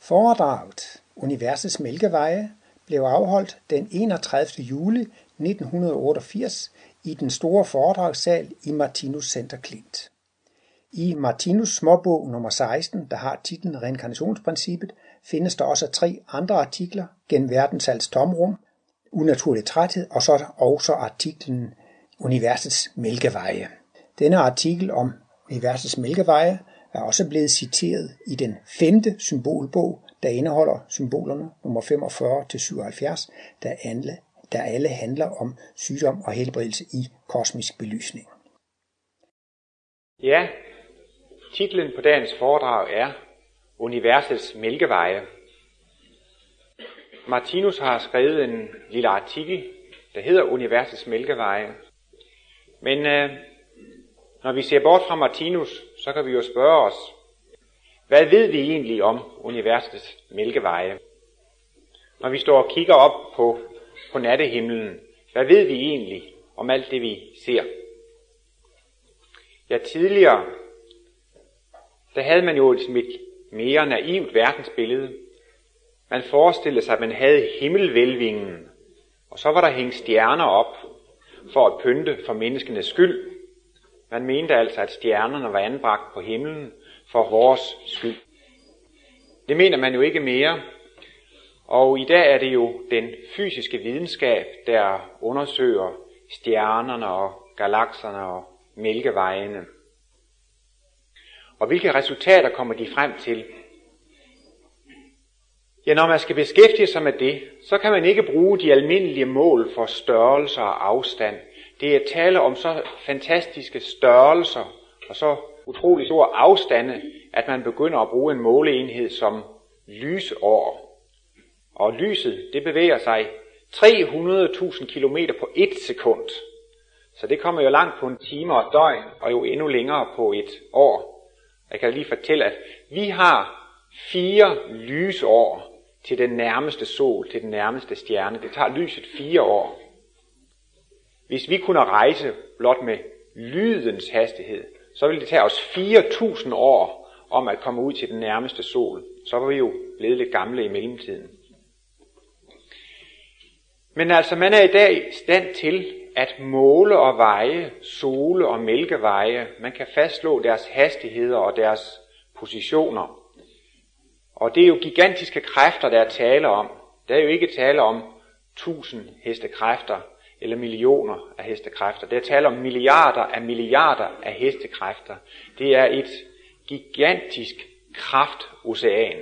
Foredraget Universets Mælkeveje blev afholdt den 31. juli 1988 i den store foredragssal i Martinus Center Klint. I Martinus småbog nummer 16, der har titlen Reinkarnationsprincippet, findes der også 3 andre artikler: Gennem verdensals tomrum, Unaturlig træthed og så også artiklen Universets Mælkeveje. Denne artikel om Universets Mælkeveje er også blevet citeret i den 5. symbolbog, der indeholder symbolerne nummer 45-77, der alle handler om sygdom og helbredelse i kosmisk belysning. Ja, titlen på dagens foredrag er Universets Mælkeveje. Martinus har skrevet en lille artikel, der hedder Universets Mælkeveje. Men når vi ser bort fra Martinus, så kan vi jo spørge os, hvad ved vi egentlig om universets mælkeveje? Når vi står og kigger op på nattehimlen, hvad ved vi egentlig om alt det, vi ser? Ja, tidligere, der havde man jo et mere naivt verdensbillede. Man forestillede sig, at man havde himmelvælvingen, og så var der hængt stjerner op for at pynte for menneskenes skyld. Man mente altså, at stjernerne var anbragt på himlen for vores skyld. Det mener man jo ikke mere, og i dag er det jo den fysiske videnskab, der undersøger stjernerne og galakserne og mælkevejene. Og hvilke resultater kommer de frem til? Ja, når man skal beskæftige sig med det, så kan man ikke bruge de almindelige mål for størrelse og afstand. Det er tale om så fantastiske størrelser og så utrolig store afstande, at man begynder at bruge en måleenhed som lysår. Og lyset, det bevæger sig 300.000 kilometer på 1 sekund. Så det kommer jo langt på en time og et døgn, og jo endnu længere på et år. Jeg kan lige fortælle, at vi har 4 lysår til den nærmeste sol, til den nærmeste stjerne. Det tager lyset 4 år. Hvis vi kunne rejse blot med lydens hastighed, så ville det tage os 4.000 år om at komme ud til den nærmeste sol. Så var vi jo blevet lidt gamle i mellemtiden. Men altså, man er i dag i stand til at måle og veje sole og mælkeveje. Man kan fastslå deres hastigheder og deres positioner. Og det er jo gigantiske kræfter, der er tale om. Der er jo ikke tale om 1000 hestekræfter eller millioner af hestekræfter. Der er tale om milliarder af hestekræfter. Det er et gigantisk kraftocean.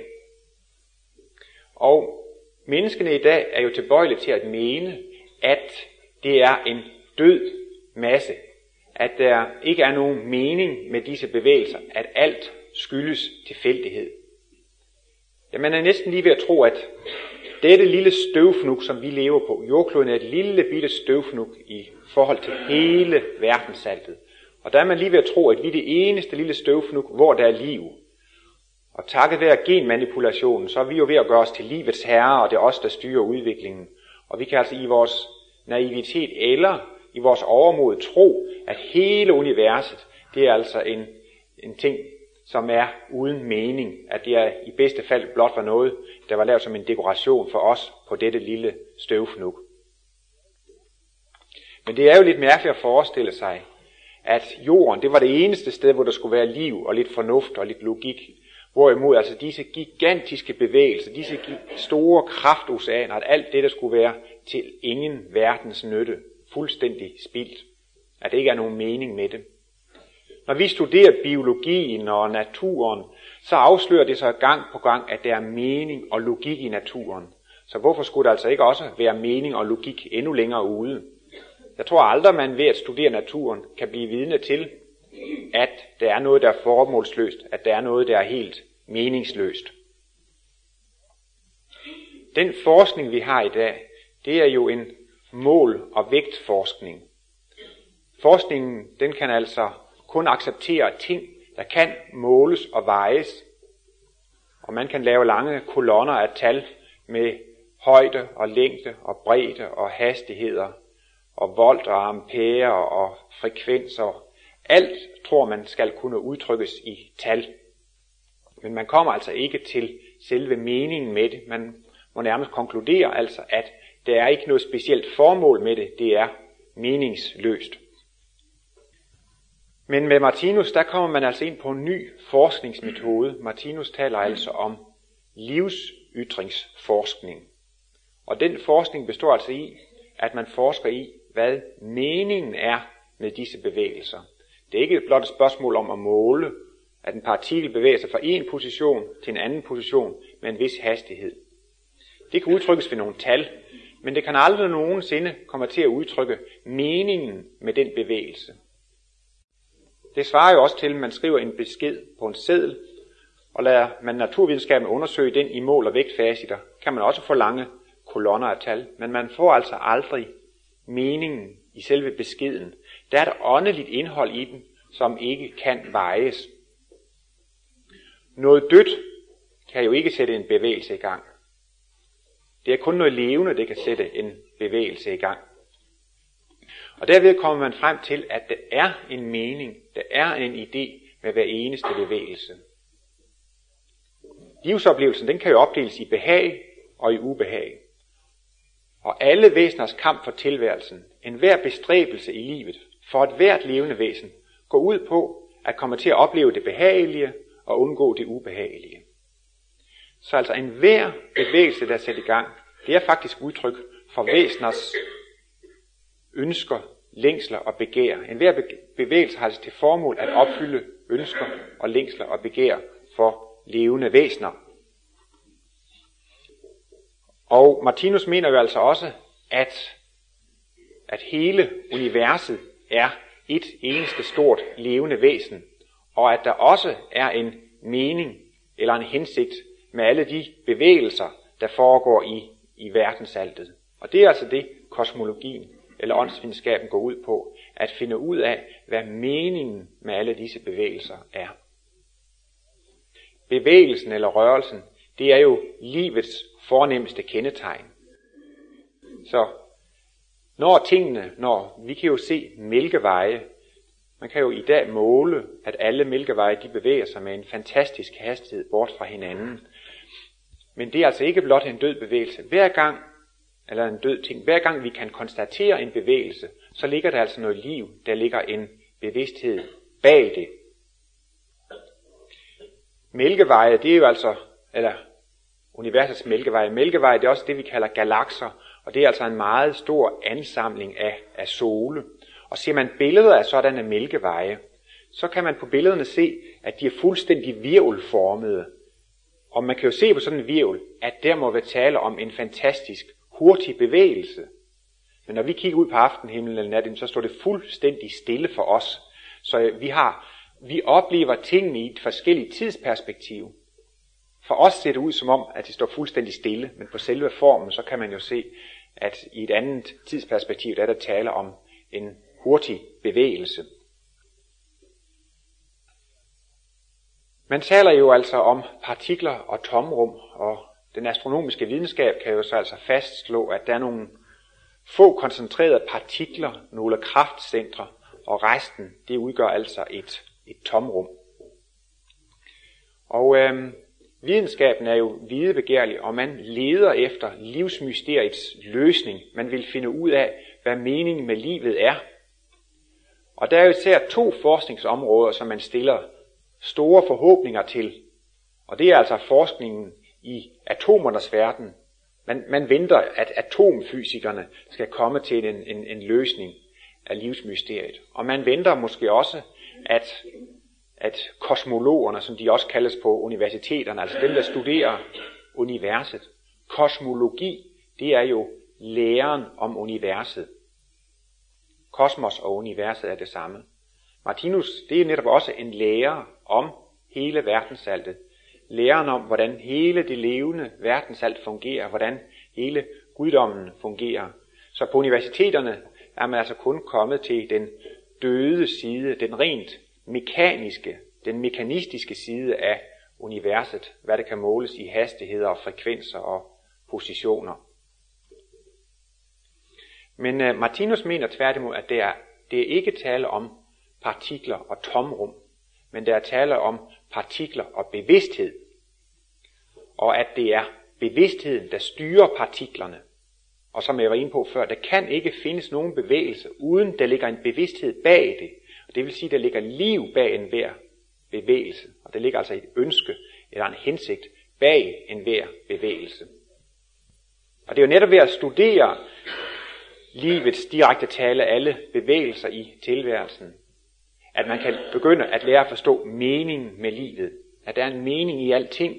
Og menneskene i dag er jo tilbøjelige til at mene, at det er en død masse. At der ikke er nogen mening med disse bevægelser. At alt skyldes tilfældighed. Ja, man er næsten lige ved at tro, at dette lille støvfnug, som vi lever på, jordkloden er et lille bitte støvfnug i forhold til hele verdensaltet. Og der er man lige ved at tro, at vi er det eneste lille støvfnug, hvor der er liv. Og takket være genmanipulationen, så er vi jo ved at gøre os til livets herre, og det er os, der styrer udviklingen. Og vi kan altså i vores naivitet eller i vores overmod tro, at hele universet, det er altså en ting, som er uden mening, at det er i bedste fald blot var noget, der var lavet som en dekoration for os på dette lille støvfnug. Men det er jo lidt mærkeligt at forestille sig, at jorden, det var det eneste sted, hvor der skulle være liv og lidt fornuft og lidt logik. Hvorimod altså disse gigantiske bevægelser, disse store kraftoceaner, at alt det, der skulle være til ingen verdens nytte, fuldstændig spildt. At det ikke er nogen mening med det. Når vi studerer biologien og naturen, så afslører det sig gang på gang, at der er mening og logik i naturen. Så hvorfor skulle der altså ikke også være mening og logik endnu længere ude? Jeg tror aldrig, man ved at studere naturen kan blive vidne til, at der er noget, der er formålsløst, at der er noget, der er helt meningsløst. Den forskning, vi har i dag, det er jo en mål- og vægtforskning. Forskningen, den kan altså kun acceptere ting, der kan måles og vejes. Og man kan lave lange kolonner af tal med højde og længde og bredde og hastigheder og volt og ampere og frekvenser. Alt tror man skal kunne udtrykkes i tal. Men man kommer altså ikke til selve meningen med det. Man må nærmest konkludere altså, at der er ikke noget specielt formål med det. Det er meningsløst. Men med Martinus, der kommer man altså ind på en ny forskningsmetode. Martinus taler altså om livsytringsforskning. Og den forskning består altså i, at man forsker i, hvad meningen er med disse bevægelser. Det er ikke blot et spørgsmål om at måle, at en partikel bevæger sig fra en position til en anden position med en vis hastighed. Det kan udtrykkes ved nogle tal, men det kan aldrig nogensinde komme til at udtrykke meningen med den bevægelse. Det svarer jo også til, at man skriver en besked på en seddel, og lader man naturvidenskaben undersøge den i mål- og vægtfaciter, kan man også få lange kolonner af tal, men man får altså aldrig meningen i selve beskeden. Der er et åndeligt indhold i den, som ikke kan vejes. Noget dødt kan jo ikke sætte en bevægelse i gang. Det er kun noget levende, der kan sætte en bevægelse i gang. Og derved kommer man frem til, at der er en mening, der er en idé med hver eneste bevægelse. Livsoplevelsen, den kan jo opdeles i behag og i ubehag. Og alle væseners kamp for tilværelsen, enhver bestræbelse i livet, for et hvert levende væsen, går ud på at komme til at opleve det behagelige og undgå det ubehagelige. Så altså enhver bevægelse, der er sat i gang, det er faktisk udtryk for væseners ønsker, længsler og begær. Enhver bevægelse har altså til formål at opfylde ønsker og længsler og begær for levende væsener. Og Martinus mener jo altså også, at hele universet er et eneste stort levende væsen, og at der også er en mening eller en hensigt med alle de bevægelser, der foregår i verdensaltet. Og det er altså det, kosmologien eller åndsvidenskaben går ud på, at finde ud af, hvad meningen med alle disse bevægelser er. Bevægelsen eller rørelsen, det er jo livets fornemmeste kendetegn. Så når vi kan jo se mælkeveje, man kan jo i dag måle, at alle mælkeveje, de bevæger sig med en fantastisk hastighed bort fra hinanden. Men det er altså ikke blot en død bevægelse. Hver gang vi kan konstatere en bevægelse, så ligger der altså noget liv, der ligger en bevidsthed bag det. Mælkeveje, det er jo altså, eller universets mælkeveje. Mælkeveje, det er også det, vi kalder galakser, og det er altså en meget stor ansamling af sole. Og ser man billeder af sådanne mælkeveje, så kan man på billederne se, at de er fuldstændig hvirvelformede. Og man kan jo se på sådan en hvirvel, at der må være tale om en fantastisk hurtig bevægelse. Men når vi kigger ud på aftenhimlen eller natten, så står det fuldstændig stille for os. Så vi oplever tingene i et forskelligt tidsperspektiv. For os ser det ud som om, at det står fuldstændig stille, men på selve formen, så kan man jo se, at i et andet tidsperspektiv, der er der tale om en hurtig bevægelse. Man taler jo altså om partikler og tomrum, og den astronomiske videnskab kan jo så altså fastslå, at der er nogle få koncentrerede partikler, nogle kraftcentre, og resten, det udgør altså et tomrum. Og videnskaben er jo videbegærlig, og man leder efter livsmysteriets løsning. Man vil finde ud af, hvad meningen med livet er. Og der er jo især 2 forskningsområder, som man stiller store forhåbninger til. Og det er altså forskningen i atomernes verden. Man venter, at atomfysikerne skal komme til en løsning af livsmysteriet. Og man venter måske også, at kosmologerne, som de også kaldes på universiteterne, altså dem, der studerer universet. Kosmologi, det er jo læren om universet. Kosmos og universet er det samme. Martinus, det er netop også en lærer om hele verdensaltet. Læren om, hvordan hele det levende verdensalt fungerer, hvordan hele guddommen fungerer. Så på universiteterne er man altså kun kommet til den døde side, den rent mekaniske, den mekanistiske side af universet, hvad det kan måles i hastigheder og frekvenser og positioner. Men Martinus mener tværtimod, at det er ikke tale om partikler og tomrum, men der er tale om partikler og bevidsthed, og at det er bevidstheden, der styrer partiklerne. Og som jeg var inde på før, der kan ikke findes nogen bevægelse, uden der ligger en bevidsthed bag det. Og det vil sige, at der ligger liv bag enhver bevægelse. Og der ligger altså et ønske eller en hensigt bag enhver bevægelse. Og det er jo netop ved at studere livets direkte tale, alle bevægelser i tilværelsen, at man kan begynde at lære at forstå meningen med livet. At der er en mening i alting.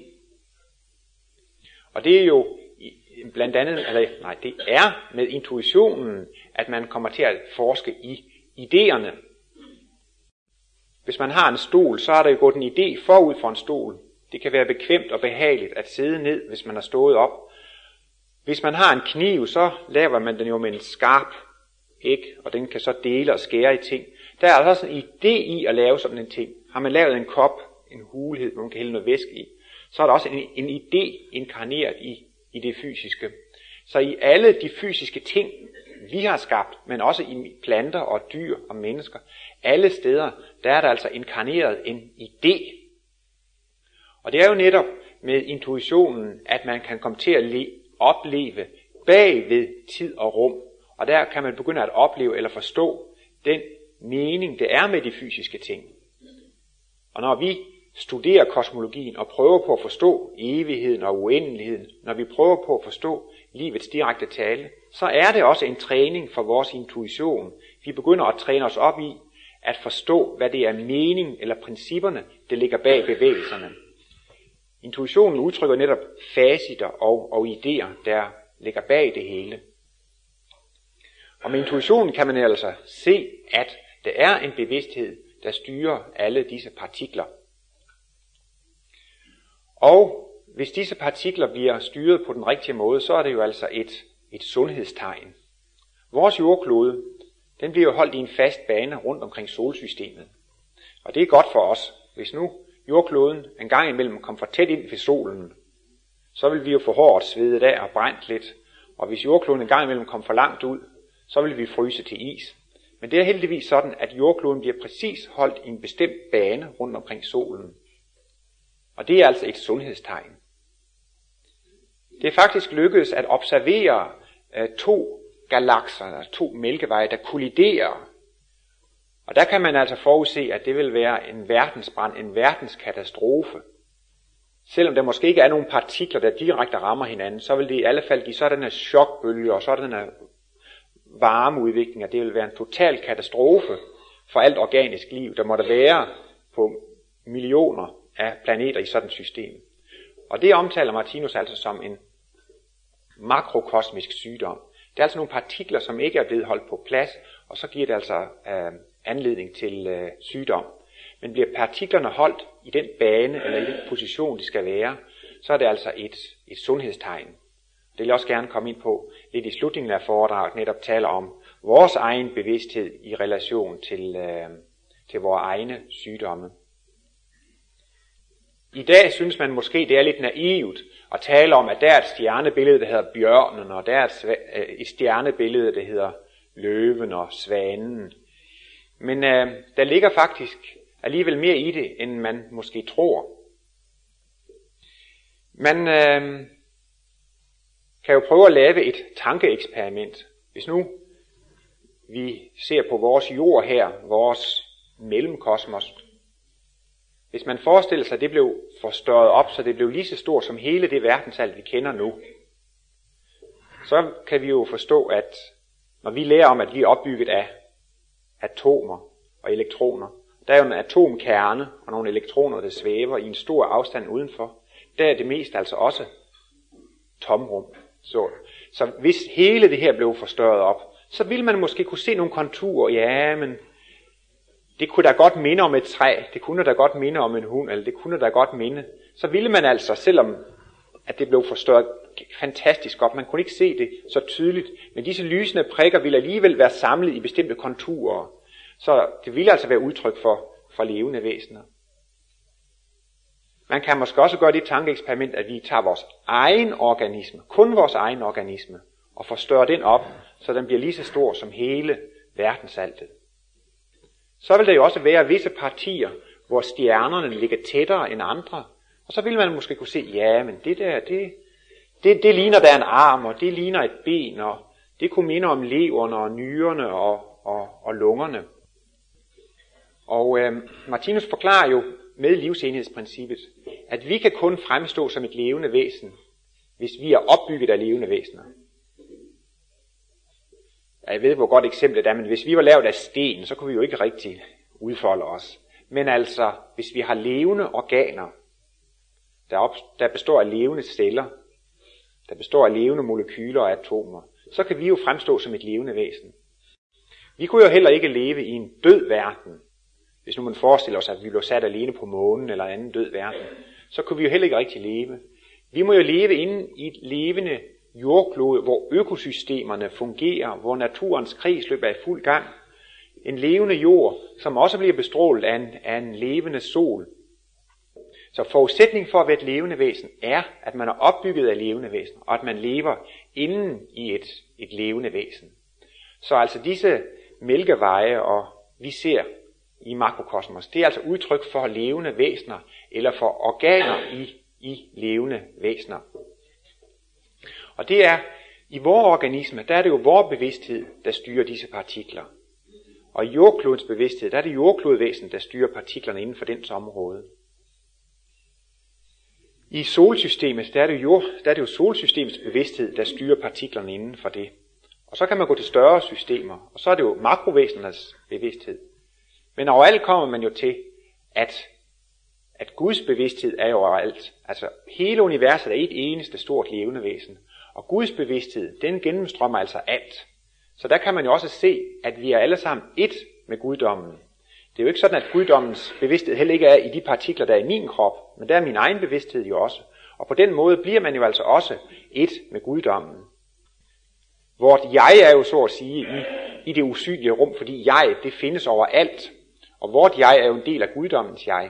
Og det er jo blandt andet, det er med intuitionen, at man kommer til at forske i idéerne. Hvis man har en stol, så er der jo gået en idé forud for en stol. Det kan være bekvemt og behageligt at sidde ned, hvis man har stået op. Hvis man har en kniv, så laver man den jo med en skarp æg, og den kan så dele og skære i ting. Der er altså en idé i at lave sådan en ting. Har man lavet en kop, en hulhed, hvor man kan hælde noget væske i, så er der også en idé inkarneret i det fysiske. Så i alle de fysiske ting, vi har skabt, men også i planter og dyr og mennesker, alle steder, der er der altså inkarneret en idé. Og det er jo netop med intuitionen, at man kan komme til at opleve bagved tid og rum. Og der kan man begynde at opleve eller forstå den mening, det er med de fysiske ting. Og når vi studerer kosmologien og prøver på at forstå evigheden og uendeligheden, når vi prøver på at forstå livets direkte tale, så er det også en træning for vores intuition. Vi begynder at træne os op i at forstå, hvad det er mening eller principperne, der ligger bag bevægelserne. Intuitionen udtrykker netop faciter og idéer, der ligger bag det hele. Og med intuitionen kan man altså se, at der er en bevidsthed, der styrer alle disse partikler. Og hvis disse partikler bliver styret på den rigtige måde, så er det jo altså et sundhedstegn. Vores jordklode, den bliver jo holdt i en fast bane rundt omkring solsystemet. Og det er godt for os. Hvis nu jordkloden en gang imellem kom for tæt ind ved solen, så vil vi jo få hårdt svedet af og brændt lidt. Og hvis jordkloden en gang imellem kom for langt ud, så vil vi fryse til is. Men det er heldigvis sådan, at jordkloden bliver præcis holdt i en bestemt bane rundt omkring solen. Og det er altså et sundhedstegn. Det er faktisk lykkedes at observere to galakser, to mælkeveje, der kolliderer. Og der kan man altså forudse, at det vil være en verdensbrand, en verdenskatastrofe. Selvom der måske ikke er nogen partikler, der direkte rammer hinanden, så vil det i alle fald give sådanne chokbølger og sådanne varmeudviklinger. Det vil være en total katastrofe for alt organisk liv, der måtte være på millioner af planeter i sådan et system. Og det omtaler Martinus altså som en makrokosmisk sygdom. Det er altså nogle partikler, som ikke er blevet holdt på plads, og så giver det altså anledning til sygdom. Men bliver partiklerne holdt i den bane eller i den position, de skal være, så er det altså et sundhedstegn. Det vil jeg også gerne komme ind på lidt i slutningen af foredraget, netop taler om vores egen bevidsthed i relation til vores egne sygdomme. I dag synes man måske, det er lidt naivt at tale om, at der er et stjernebillede, der hedder bjørnen, og der er et stjernebillede, der hedder løven og svanen. Men der ligger faktisk alligevel mere i det, end man måske tror. Man kan jo prøve at lave et tankeeksperiment. Hvis nu vi ser på vores jord her, vores mellemkosmos. Hvis man forestiller sig, at det blev forstørret op, så det blev lige så stort som hele det verdensalt, vi kender nu, så kan vi jo forstå, at når vi lærer om, at vi er opbygget af atomer og elektroner, der er jo en atomkerne og nogle elektroner, der svæver i en stor afstand udenfor, der er det mest altså også tomrum. Så hvis hele det her blev forstørret op, så ville man måske kunne se nogle konturer. Ja, men det kunne da godt minde om et træ, det kunne da godt minde om en hund, eller det kunne da godt minde. Så ville man altså, selvom at det blev forstørret fantastisk op, man kunne ikke se det så tydeligt, men disse lysende prikker ville alligevel være samlet i bestemte konturer. Så det ville altså være udtryk for levende væsener. Man kan måske også gøre det tankeeksperiment, at vi tager vores egen organisme, kun vores egen organisme, og forstørrer den op, så den bliver lige så stor som hele verdensaltet. Så vil der jo også være visse partier, hvor stjernerne ligger tættere end andre. Og så vil man måske kunne se, ja, men det der, det ligner der en arm, og det ligner et ben, og det kunne minde om leverne og nyrerne og lungerne. Og Martinus forklarer jo med livsenhedsprincippet, at vi kan kun fremstå som et levende væsen, hvis vi er opbygget af levende væsener. Jeg ved, hvor godt eksemplet er, men hvis vi var lavet af sten, så kunne vi jo ikke rigtig udfolde os. Men altså, hvis vi har levende organer, der består af levende celler, der består af levende molekyler og atomer, så kan vi jo fremstå som et levende væsen. Vi kunne jo heller ikke leve i en død verden. Hvis nu man forestiller os, at vi blev sat alene på månen eller en anden død verden, så kunne vi jo heller ikke rigtig leve. Vi må jo leve inde i et levende jordklode, hvor økosystemerne fungerer, hvor naturens kredsløb er i fuld gang. En levende jord, som også bliver bestrålet af en levende sol. Så forudsætningen for at være et levende væsen er, at man er opbygget af levende væsen, og at man lever inden i et levende væsen. Så altså disse mælkeveje, og vi ser i makrokosmos, det er altså udtryk for levende væsener, eller for organer i levende væsener. Og det er, i vores organisme, der er det jo vores bevidsthed, der styrer disse partikler. Og i jordklodens bevidsthed, der er det jordklodvæsen, der styrer partiklerne inden for dens område. I solsystemet, der er det jo solsystemets bevidsthed, der styrer partiklerne inden for det. Og så kan man gå til større systemer, og så er det jo makrovæsenernes bevidsthed. Men overalt kommer man jo til, at Guds bevidsthed er jo overalt. Altså hele universet er et eneste stort levende væsen. Og Guds bevidsthed, den gennemstrømmer altså alt. Så der kan man jo også se, at vi er alle sammen ét med guddommen. Det er jo ikke sådan, at guddommens bevidsthed heller ikke er i de partikler, der er i min krop, men der er min egen bevidsthed jo også. Og på den måde bliver man jo altså også ét med guddommen. Vort jeg er jo så at sige i det usynlige rum, fordi jeg, det findes overalt. Og vort jeg er jo en del af guddommens jeg.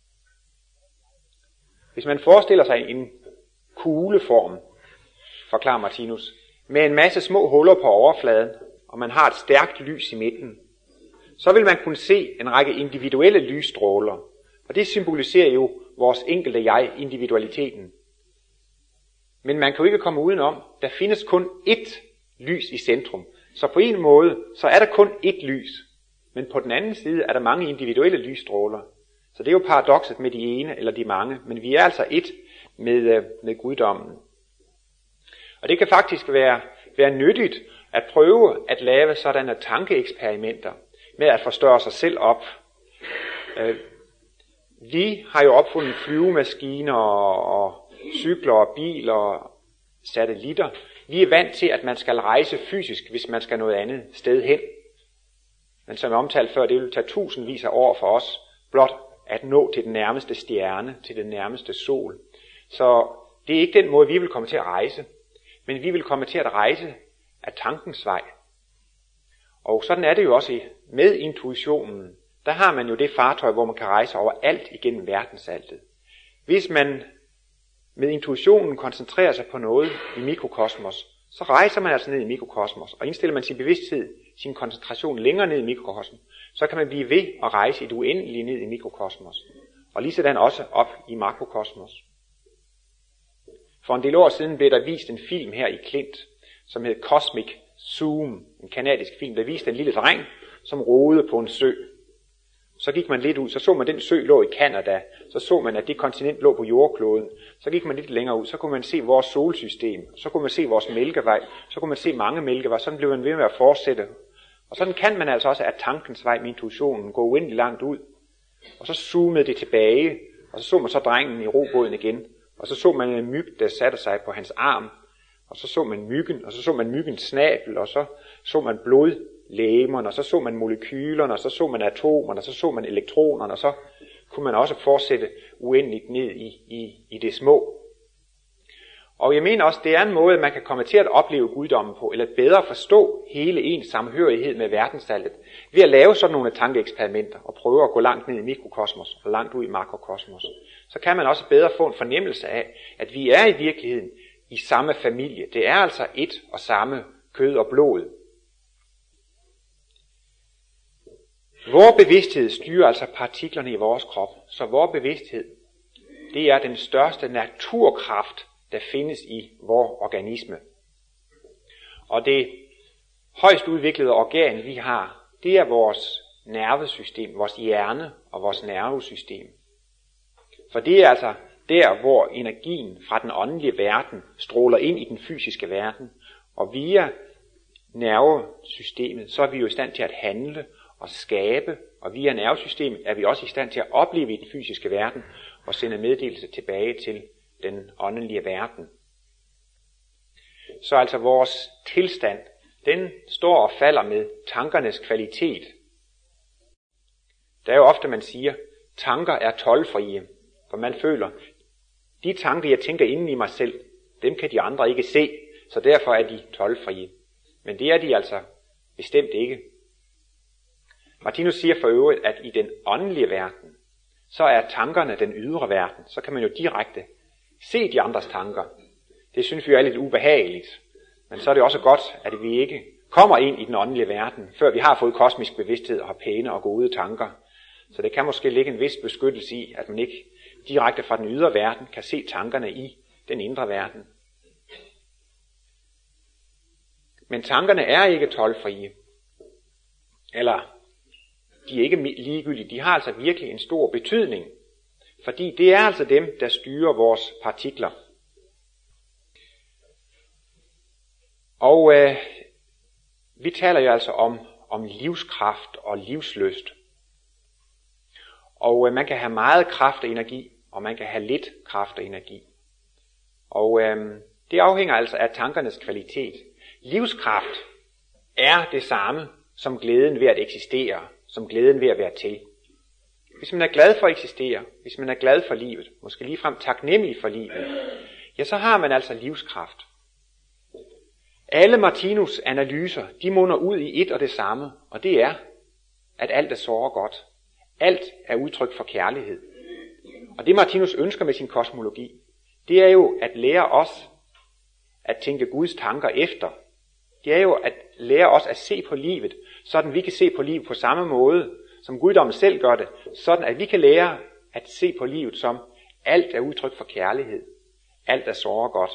Hvis man forestiller sig en kugleform, forklarer Martinus, med en masse små huller på overfladen, og man har et stærkt lys i midten, så vil man kunne se en række individuelle lysstråler. Og det symboliserer jo vores enkelte jeg, individualiteten. Men man kan jo ikke komme udenom, der findes kun ét lys i centrum. Så på en måde, så er der kun ét lys. Men på den anden side er der mange individuelle lysstråler. Så det er jo paradokset med de ene eller de mange. Men vi er altså ét med guddommen. Og det kan faktisk være nyttigt at prøve at lave sådanne tankeeksperimenter med at forstørre sig selv op. Vi har jo opfundet flyvemaskiner og cykler og biler og satellitter. Vi er vant til, at man skal rejse fysisk, hvis man skal noget andet sted hen. Men som jeg omtalte før, det vil tage tusindvis af år for os, blot at nå til den nærmeste stjerne, til den nærmeste sol. Så det er ikke den måde, vi vil komme til at rejse. Men vi vil komme til at rejse af tankens vej. Og sådan er det jo også med intuitionen. Der har man jo det fartøj, hvor man kan rejse over alt igennem verdensaltet. Hvis man med intuitionen koncentrerer sig på noget i mikrokosmos, så rejser man altså ned i mikrokosmos, og indstiller man sin bevidsthed, sin koncentration længere ned i mikrokosmos, så kan man blive ved at rejse et uendelige ned i mikrokosmos, og lige sådan også op i makrokosmos. For en del år siden blev der vist en film her i Klint, som hed Cosmic Zoom, en kanadisk film, der viste en lille dreng, som rodede på en sø. Så gik man lidt ud, så man den sø lå i Canada, så man, at det kontinent lå på jordkloden. Så gik man lidt længere ud, så kunne man se vores solsystem, så kunne man se vores mælkevej, så kunne man se mange mælkeveje, sådan blev man ved med at fortsætte. Og sådan kan man altså også af tankens vej med intuitionen gå uendelig langt ud. Og så zoomede det tilbage, og så man så drengen i robåden igen, og så man en myg, der satte sig på hans arm, og så man myggen, og så man myggens snabel, og så man blodlegemerne, og så man molekylerne, og så man atomerne, og så man elektronerne, og så kunne man også fortsætte uendeligt ned i det små. Og jeg mener også, det er en måde, man kan komme til at opleve guddommen på, eller bedre forstå hele ens samhørighed med verdensaltet, ved at lave sådan nogle tankeeksperimenter, og prøve at gå langt ned i mikrokosmos, og langt ud i makrokosmos. Så kan man også bedre få en fornemmelse af, at vi er i virkeligheden i samme familie. Det er altså et og samme kød og blod. Vores bevidsthed styrer altså partiklerne i vores krop, så vores bevidsthed, det er den største naturkraft, der findes i vores organisme. Og det højst udviklede organ, vi har, det er vores nervesystem, vores hjerne og vores nervesystem. For det er altså der, hvor energien fra den åndelige verden stråler ind i den fysiske verden, og via nervesystemet, så er vi jo i stand til at handle og skabe, og via nervesystemet er vi også i stand til at opleve i den fysiske verden og sende meddelelse tilbage til den åndelige verden. Så altså vores tilstand, den står og falder med tankernes kvalitet. Der er jo ofte, man siger, tanker er toldfrie, for man føler, de tanker, jeg tænker inden i mig selv, dem kan de andre ikke se, så derfor er de toldfrie. Men det er de altså bestemt ikke. Martinus siger for øvrigt, at i den åndelige verden, så er tankerne den ydre verden. Så kan man jo direkte se de andres tanker. Det synes vi er lidt ubehageligt. Men så er det også godt, at vi ikke kommer ind i den åndelige verden, før vi har fået kosmisk bevidsthed og har pæne og gode tanker. Så det kan måske ligge en vis beskyttelse i, at man ikke direkte fra den ydre verden kan se tankerne i den indre verden. Men tankerne er ikke toldfrie. Eller de er ikke ligegyldige. De har altså virkelig en stor betydning. Fordi det er altså dem, der styrer vores partikler. Og vi taler jo altså om livskraft og livslyst. Og man kan have meget kraft og energi, og man kan have lidt kraft og energi. Og det afhænger altså af tankernes kvalitet. Livskraft er det samme som glæden ved at eksistere, som glæden ved at være til. Hvis man er glad for at eksistere, hvis man er glad for livet, måske ligefrem taknemmelig for livet, ja, så har man altså livskraft. Alle Martinus' analyser, de munder ud i et og det samme, og det er, at alt er såre godt. Alt er udtryk for kærlighed. Og det Martinus ønsker med sin kosmologi, det er jo at lære os at tænke Guds tanker efter. Det er jo at lære os at se på livet, sådan vi kan se på livet på samme måde, som guddommen selv gør det, sådan at vi kan lære at se på livet som alt er udtryk for kærlighed. Alt er såre godt.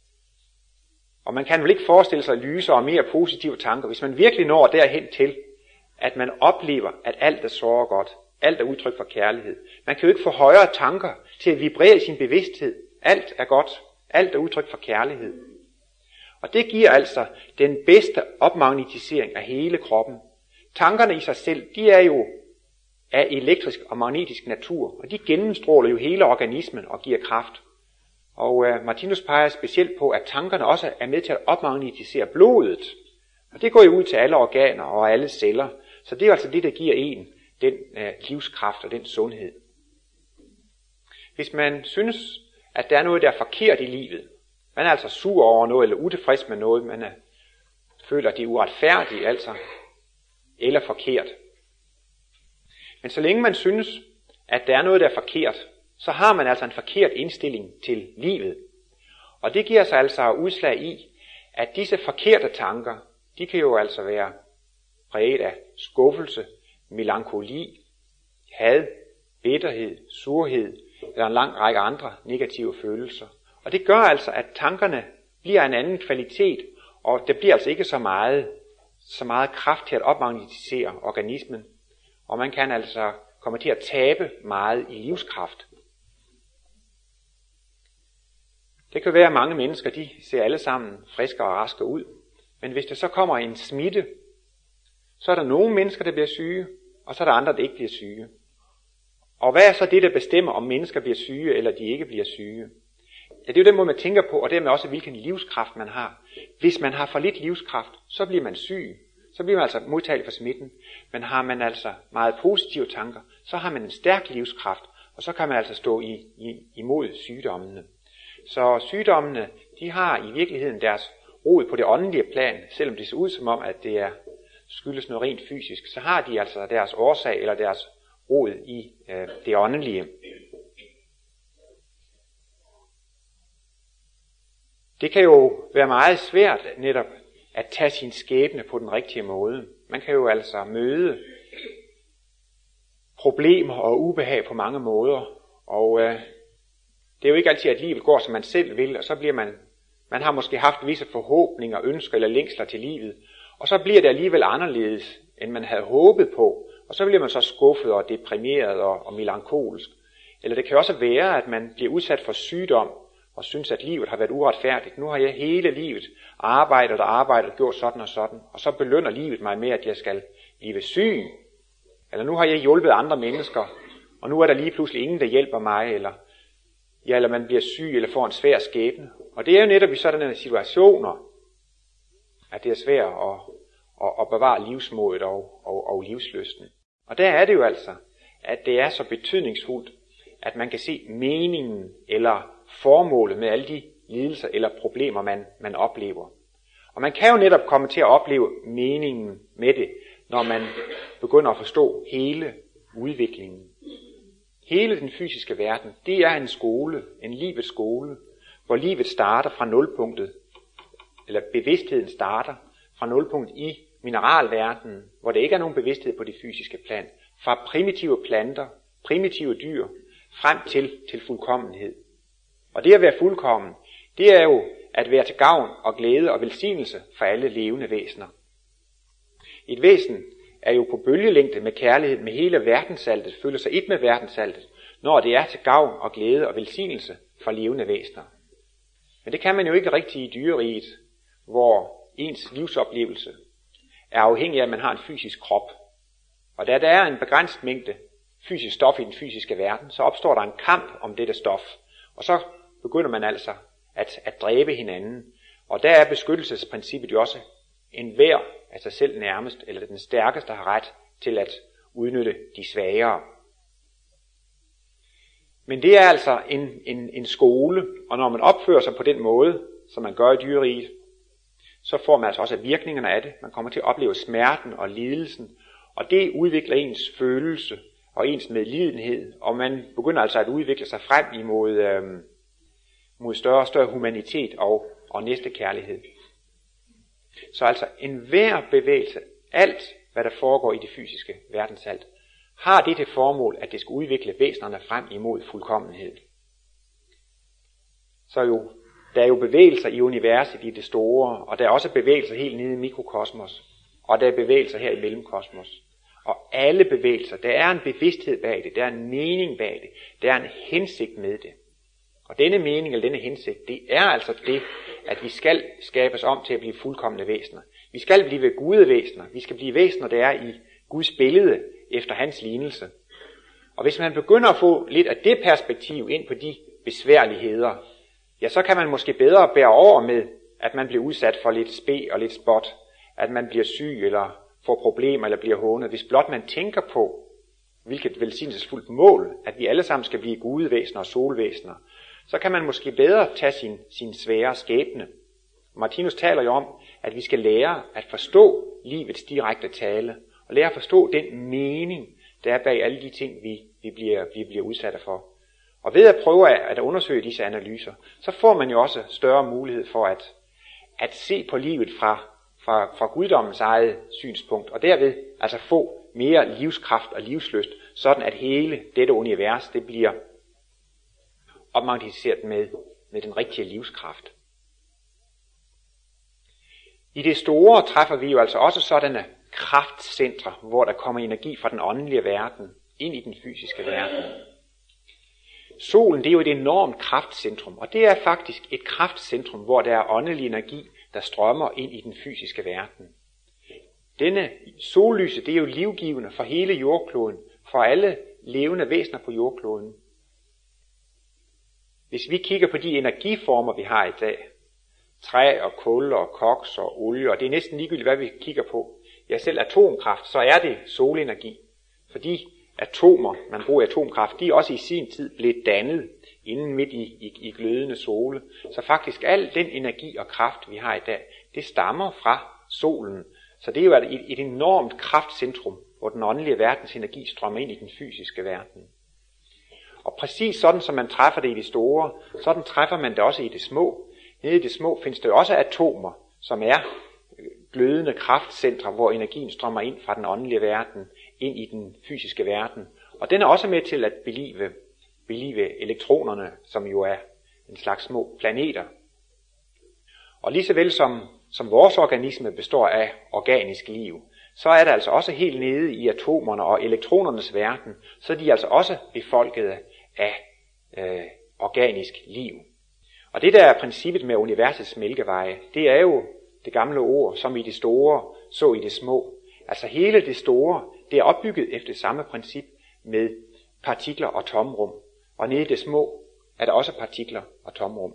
Og man kan vel ikke forestille sig lysere og mere positive tanker, hvis man virkelig når derhen til, at man oplever, at alt er såre godt. Alt er udtryk for kærlighed. Man kan jo ikke få højere tanker til at vibrere i sin bevidsthed. Alt er godt. Alt er udtryk for kærlighed. Og det giver altså den bedste opmagnetisering af hele kroppen. Tankerne i sig selv, de er jo af elektrisk og magnetisk natur, og de gennemstråler jo hele organismen og giver kraft. Og Martinus peger specielt på, at tankerne også er med til at opmagnetisere blodet. Og det går jo ud til alle organer og alle celler. Så det er altså det, der giver en den livskraft og den sundhed. Hvis man synes, at der er noget, der er forkert i livet, man er altså sur over noget eller utilfreds med noget, man føler, at det er uretfærdigt altså, eller forkert. Men så længe man synes, at der er noget, der er forkert, så har man altså en forkert indstilling til livet. Og det giver sig altså udslag i, at disse forkerte tanker, de kan jo altså være præget af skuffelse, melankoli, had, bitterhed, surhed eller en lang række andre negative følelser. Og det gør altså, at tankerne bliver en anden kvalitet, og der bliver altså ikke så meget kraft til at opmagnetisere organismen. Og man kan altså komme til at tabe meget i livskraft. Det kan være, at mange mennesker, de ser alle sammen friske og raske ud. Men hvis der så kommer en smitte, så er der nogle mennesker, der bliver syge, og så er der andre, der ikke bliver syge. Og hvad er så det, der bestemmer, om mennesker bliver syge, eller de ikke bliver syge? Ja, det er jo den måde, man tænker på, og dermed også, hvilken livskraft man har. Hvis man har for lidt livskraft, så bliver man syg. Så bliver man altså modtagelig for smitten. Men har man altså meget positive tanker, så har man en stærk livskraft, og så kan man altså stå imod sygdommene. Så sygdommene, de har i virkeligheden deres rod på det åndelige plan, selvom det ser ud som om, at det skyldes noget rent fysisk, så har de altså deres årsag eller deres rod i det åndelige. Det kan jo være meget svært netop at tage sin skæbne på den rigtige måde. Man kan jo altså møde problemer og ubehag på mange måder. Og det er jo ikke altid, at livet går, som man selv vil, og så bliver man har måske haft visse forhåbninger, ønsker eller længsler til livet, og så bliver det alligevel anderledes, end man havde håbet på, og så bliver man så skuffet og deprimeret og melankolsk. Eller det kan også være, at man bliver udsat for sygdom, og synes, at livet har været uretfærdigt. Nu har jeg hele livet arbejdet og gjort sådan og sådan, og så belønner livet mig med, at jeg skal blive syg. Eller nu har jeg hjulpet andre mennesker, og nu er der lige pludselig ingen, der hjælper mig, eller man bliver syg eller får en svær skæbne. Og det er jo netop i sådanne situationer, at det er svært at bevare livsmodet og livslysten. Og der er det jo altså, at det er så betydningsfuldt, at man kan se meningen eller formålet med alle de lidelser eller problemer, man oplever. Og man kan jo netop komme til at opleve meningen med det, når man begynder at forstå hele udviklingen. Hele den fysiske verden, det er en skole, en livets skole, hvor livet starter fra nulpunktet, eller bevidstheden starter fra nulpunkt i mineralverdenen, hvor der ikke er nogen bevidsthed på det fysiske plan, fra primitive planter, primitive dyr, frem til fuldkommenhed. Og det at være fuldkommen, det er jo at være til gavn og glæde og velsignelse for alle levende væsener. Et væsen er jo på bølgelængde med kærlighed med hele verdensaltet, føler sig et med verdensaltet, når det er til gavn og glæde og velsignelse for levende væsener. Men det kan man jo ikke rigtig i dyreriget, hvor ens livsoplevelse er afhængig af, at man har en fysisk krop. Og da der er en begrænset mængde fysisk stof i den fysiske verden, så opstår der en kamp om dette stof. Og så begynder man altså at dræbe hinanden. Og der er beskyttelsesprincippet jo også enhver af sig selv nærmest, eller den stærkeste har ret til at udnytte de svagere. Men det er altså en skole, og når man opfører sig på den måde, som man gør i dyreriget, så får man altså også virkningerne af det. Man kommer til at opleve smerten og lidelsen, og det udvikler ens følelse og ens medlidenhed, og man begynder altså at udvikle sig frem mod større og større humanitet og næstekærlighed. Så altså enhver bevægelse, alt hvad der foregår i det fysiske verdensalt, har det til formål, at det skal udvikle væsenerne frem imod fuldkommenhed. Så der er jo bevægelser i universet i det store, og der er også bevægelser helt nede i mikrokosmos, og der er bevægelser her i mellemkosmos. Og alle bevægelser, der er en bevidsthed bag det, der er en mening bag det, der er en hensigt med det. Og denne mening eller denne hensigt, det er altså det, at vi skal skabes om til at blive fuldkomne væsener. Vi skal blive gudevæsener. Vi skal blive væsener, der er i Guds billede efter hans lignelse. Og hvis man begynder at få lidt af det perspektiv ind på de besværligheder, ja, så kan man måske bedre bære over med, at man bliver udsat for lidt spe og lidt spot, at man bliver syg eller får problemer eller bliver hånet. Hvis blot man tænker på, hvilket velsignelsesfuldt mål, at vi alle sammen skal blive gudevæsener og solvæsener, så kan man måske bedre tage sin svære skæbne. Martinus taler jo om, at vi skal lære at forstå livets direkte tale, og lære at forstå den mening, der er bag alle de ting, vi bliver udsatte for. Og ved at prøve at undersøge disse analyser, så får man jo også større mulighed for at se på livet fra guddommens eget synspunkt, og derved altså få mere livskraft og livslyst, sådan at hele dette univers, det bliver opmagnetiseret med den rigtige livskraft. I det store træffer vi jo altså også sådanne kraftcentre, hvor der kommer energi fra den åndelige verden ind i den fysiske verden. Solen, det er jo et enormt kraftcentrum, og det er faktisk et kraftcentrum, hvor der er åndelig energi, der strømmer ind i den fysiske verden. Denne sollyse, det er jo livgivende for hele jordkloden, for alle levende væsener på jordkloden. Hvis vi kigger på de energiformer, vi har i dag, træ og kul og koks og olie, og det er næsten ligegyldigt, hvad vi kigger på. Ja, selv atomkraft, så er det solenergi. For de atomer, man bruger i atomkraft, de er også i sin tid blevet dannet inden midt i glødende sole. Så faktisk al den energi og kraft, vi har i dag, det stammer fra solen. Så det er jo et enormt kraftcentrum, hvor den åndelige verdens energi strømmer ind i den fysiske verden. Og præcis sådan, som man træffer det i det store, sådan træffer man det også i det små. Nede i det små findes der også atomer, som er glødende kraftcentre, hvor energien strømmer ind fra den åndelige verden, ind i den fysiske verden. Og den er også med til at belive elektronerne, som jo er en slags små planeter. Og lige så vel som vores organisme består af organisk liv, så er der altså også helt nede i atomerne og elektronernes verden, så er de altså også befolket af organisk liv. Og det der er princippet med universets mælkeveje, det er jo det gamle ord, som i det store, så i det små. Altså hele det store, det er opbygget efter samme princip med partikler og tomrum. Og nede i det små er der også partikler og tomrum.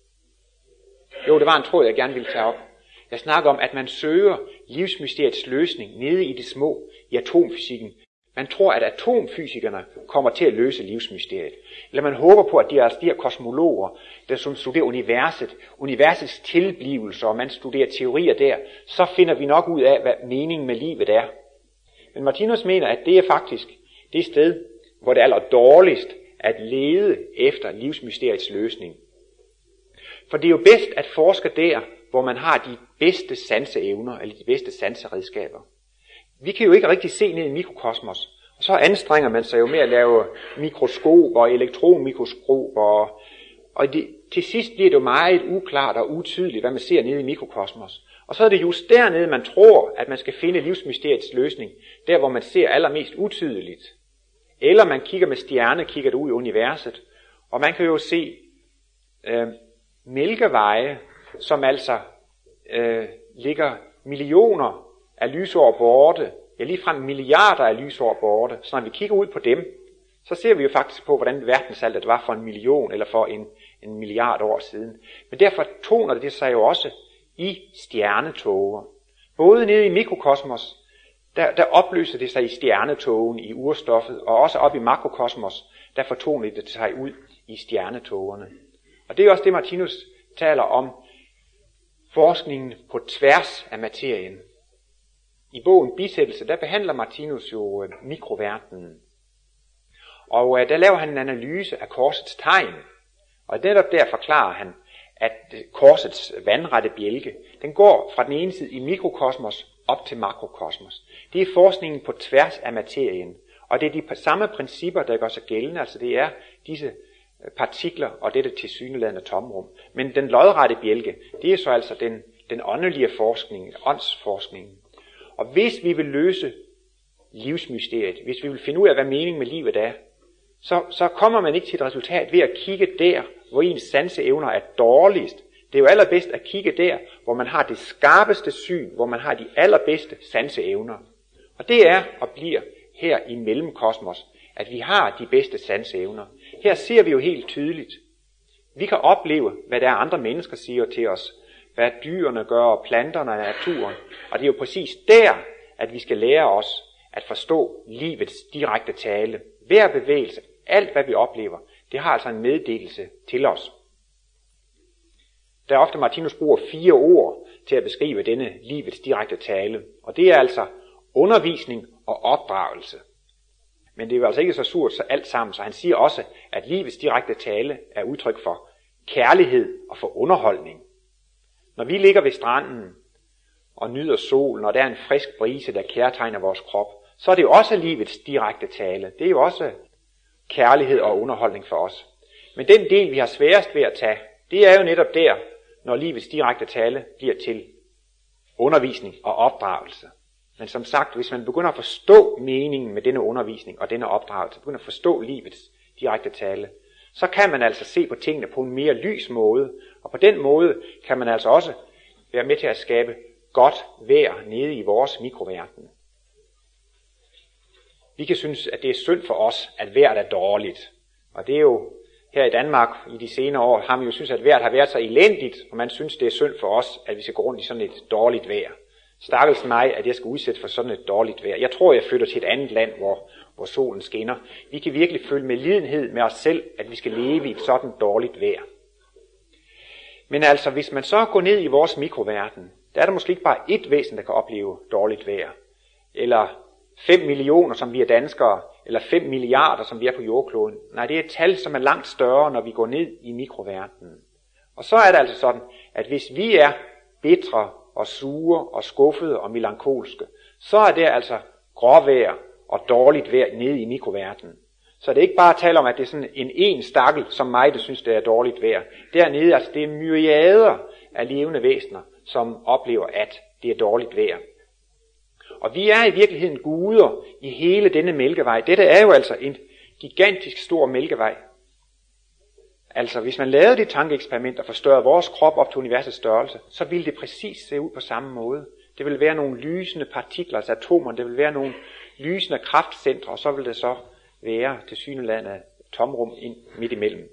Jo, det var en tråd, jeg gerne ville tage op. Jeg snakker om, at man søger livsmysteriets løsning nede i det små i atomfysikken. Man tror, at atomfysikerne kommer til at løse livsmysteriet. Eller man håber på, at de her kosmologer, der som studerer universets tilblivelse, og man studerer teorier der, så finder vi nok ud af, hvad meningen med livet er. Men Martinus mener, at det er faktisk det sted, hvor det er aller dårligst at lede efter livsmysteriets løsning. For det er jo bedst at forske der, hvor man har de bedste sanseevner, eller de bedste sanseredskaber. Vi kan jo ikke rigtig se ned i mikrokosmos, og så anstrenger man sig jo med at lave mikroskoper og elektronmikroskoper, og til sidst bliver det jo meget uklart og utydeligt, hvad man ser nede i mikrokosmos. Og så er det just dernede, man tror, at man skal finde livsmysteriets løsning, der hvor man ser allermest utydeligt. Eller man kigger med stjernekikkert ud i universet, og man kan jo se mælkeveje, som altså ligger millioner af lysår borte, ja ligefrem milliarder af lysår borte. Så når vi kigger ud på dem, så ser vi jo faktisk på, hvordan verdensaltet var for 1 million eller for en milliard år siden. Men derfor toner det sig jo også i stjernetåger. Både nede i mikrokosmos, der opløser det sig i stjernetågen, i urstoffet, og også op i makrokosmos, der fortoner det sig ud i stjernetågerne. Og det er også det, Martinus taler om, forskningen på tværs af materien. I bogen Bisættelse, der behandler Martinus jo mikroverdenen. Og der laver han en analyse af korsets tegn. Og netop der forklarer han, at korsets vandrette bjælke, den går fra den ene side i mikrokosmos op til makrokosmos. Det er forskningen på tværs af materien. Og det er de samme principper, der gør sig gældende. Altså det er disse partikler og dette tilsyneladende tomrum. Men den lodrette bjælke, det er så altså den åndelige forskning, åndsforskningen. Og hvis vi vil løse livsmysteriet, hvis vi vil finde ud af, hvad meningen med livet er, så kommer man ikke til et resultat ved at kigge der, hvor ens sanseevner er dårligst. Det er jo allerbedst at kigge der, hvor man har det skarpeste syn, hvor man har de allerbedste sanseevner. Og det er og bliver her i mellemkosmos, at vi har de bedste sanseevner. Her ser vi jo helt tydeligt. Vi kan opleve, hvad der er andre mennesker siger til os, hvad dyrene gør, og planterne og naturen. Og det er jo præcis der, at vi skal lære os at forstå livets direkte tale. Hver bevægelse, alt hvad vi oplever, det har altså en meddelelse til os. Der er ofte Martinus bruger 4 ord til at beskrive denne livets direkte tale. Og det er altså undervisning og opdragelse. Men det er jo altså ikke så surt så alt sammen, så han siger også, at livets direkte tale er udtryk for kærlighed og for underholdning. Når vi ligger ved stranden og nyder solen, og der er en frisk brise, der kærtegner vores krop, så er det jo også livets direkte tale. Det er jo også kærlighed og underholdning for os. Men den del, vi har sværest ved at tage, det er jo netop der, når livets direkte tale bliver til undervisning og opdragelse. Men som sagt, hvis man begynder at forstå meningen med denne undervisning og denne opdragelse, begynder at forstå livets direkte tale, så kan man altså se på tingene på en mere lys måde, og på den måde kan man altså også være med til at skabe godt vejr nede i vores mikroverden. Vi kan synes, at det er synd for os, at vejret er dårligt. Og det er jo her i Danmark i de senere år, har man jo synes, at vejret har været så elendigt, og man synes, det er synd for os, at vi skal gå rundt i sådan et dårligt vejr. Stakkels mig, at jeg skal udsætte for sådan et dårligt vejr. Jeg tror, jeg flytter til et andet land, hvor solen skinner. Vi kan virkelig føle med lidenhed med os selv, at vi skal leve i et sådan dårligt vejr. Men altså, hvis man så går ned i vores mikroverden, der er der måske ikke bare ét væsen, der kan opleve dårligt vejr. Eller 5 millioner, som vi er danskere, eller 5 milliarder, som vi er på jordkloden. Nej, det er et tal, som er langt større, når vi går ned i mikroverdenen. Og så er det altså sådan, at hvis vi er bitre og sure og skuffede og melankolske, så er det altså gråvejr og dårligt vejr nede i mikroverdenen. Så det er ikke bare at tale om, at det er sådan en stakkel som mig, der synes, det er dårligt vejr. Dernede, altså det er myriader af levende væsener, som oplever, at det er dårligt vejr. Og vi er i virkeligheden guder i hele denne mælkevej. Dette er jo altså en gigantisk stor mælkevej. Altså hvis man lavede det tankeeksperiment og forstørrede vores krop op til universets størrelse, så ville det præcis se ud på samme måde. Det vil være nogle lysende partikler, altså atomer, det vil være nogle lysende kraftcentre, og så vil det så være tilsyneladende tomrum ind midt imellem.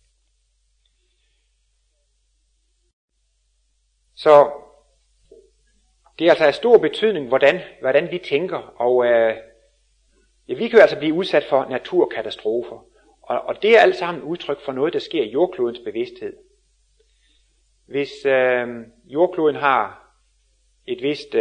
Så det er altså af stor betydning, hvordan vi tænker, og vi kan jo altså blive udsat for naturkatastrofer. Og det er alt sammen udtryk for noget, der sker i jordklodens bevidsthed. Hvis jordkloden har et vist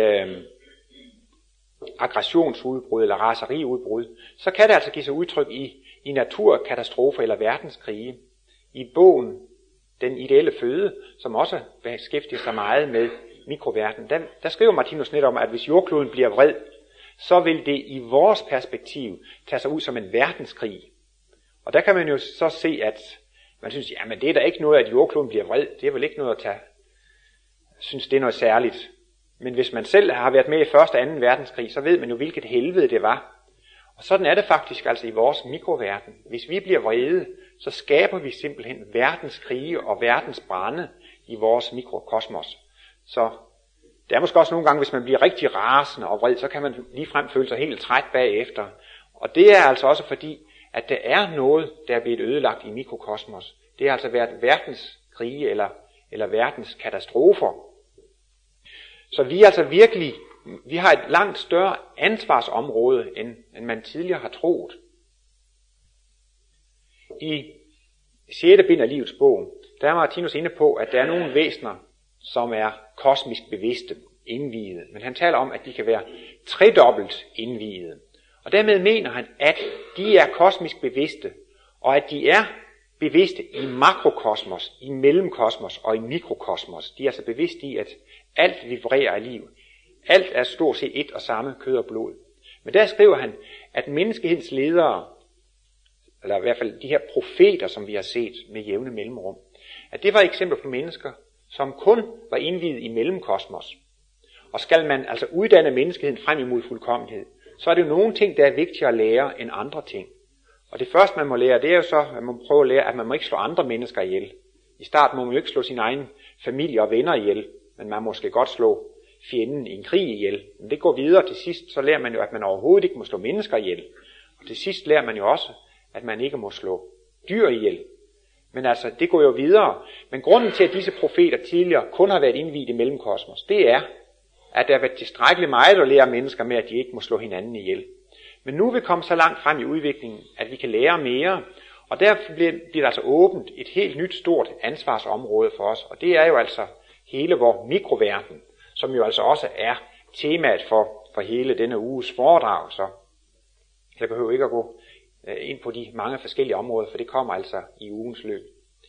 aggressionsudbrud eller raseriudbrud, så kan det altså give sig udtryk i naturkatastrofer eller verdenskrige. I bogen Den ideelle føde, som også beskæftiger sig meget med mikroverdenen, der skriver Martinus net om, at hvis jordkloden bliver vred, så vil det i vores perspektiv tage sig ud som en verdenskrig. Og der kan man jo så se, at man synes, jamen det er da ikke noget, at jordkloden bliver vred. Det er vel ikke noget at synes, det er noget særligt. Men hvis man selv har været med i 1. og 2. verdenskrig, så ved man jo, hvilket helvede det var. Og sådan er det faktisk altså i vores mikroverden. Hvis vi bliver vrede, så skaber vi simpelthen verdenskrige og verdensbrande i vores mikrokosmos. Så det er måske også nogle gange, hvis man bliver rigtig rasende og vred, så kan man ligefrem føle sig helt træt bagefter. Og det er altså også fordi, at der er noget, der er blevet ødelagt i mikrokosmos. Det har altså været verdenskrige eller verdenskatastrofer. Så vi er altså virkelig, vi har et langt større ansvarsområde, end man tidligere har troet. I 6. bind af livets bog, der er Martinus inde på, at der er nogle væsener, som er kosmisk bevidste, indviede. Men han taler om, at de kan være tredobbelt indviede. Og dermed mener han, at de er kosmisk bevidste, og at de er bevidste i makrokosmos, i mellemkosmos og i mikrokosmos. De er altså bevidste i, at alt vibrerer af liv. Alt er stort set et og samme kød og blod. Men der skriver han, at menneskehedens ledere, eller i hvert fald de her profeter, som vi har set med jævne mellemrum, at det var eksempler på mennesker, som kun var indviet i mellemkosmos. Og skal man altså uddanne menneskeheden frem imod fuldkommenhed, så er det jo nogle ting, der er vigtigere at lære end andre ting. Og det første, man må lære, det er jo så, at man må prøve at lære, at man må ikke slå andre mennesker ihjel. I starten må man jo ikke slå sin egen familie og venner ihjel, men man må måske godt slå fjenden i en krig ihjel. Men det går videre til sidst, så lærer man jo, at man overhovedet ikke må slå mennesker ihjel. Og til sidst lærer man jo også, at man ikke må slå dyr ihjel. Men altså, det går jo videre. Men grunden til, at disse profeter tidligere kun har været indviet i mellemkosmos, det er, at der har været tilstrækkeligt meget at lære mennesker med, at de ikke må slå hinanden ihjel. Men nu er vi kommet så langt frem i udviklingen, at vi kan lære mere, og derfor bliver der altså åbent et helt nyt stort ansvarsområde for os, og det er jo altså hele vores mikroverden, som jo altså også er temaet for hele denne uges foredrag. Så jeg behøver ikke at gå ind på de mange forskellige områder, for det kommer altså i ugens løb.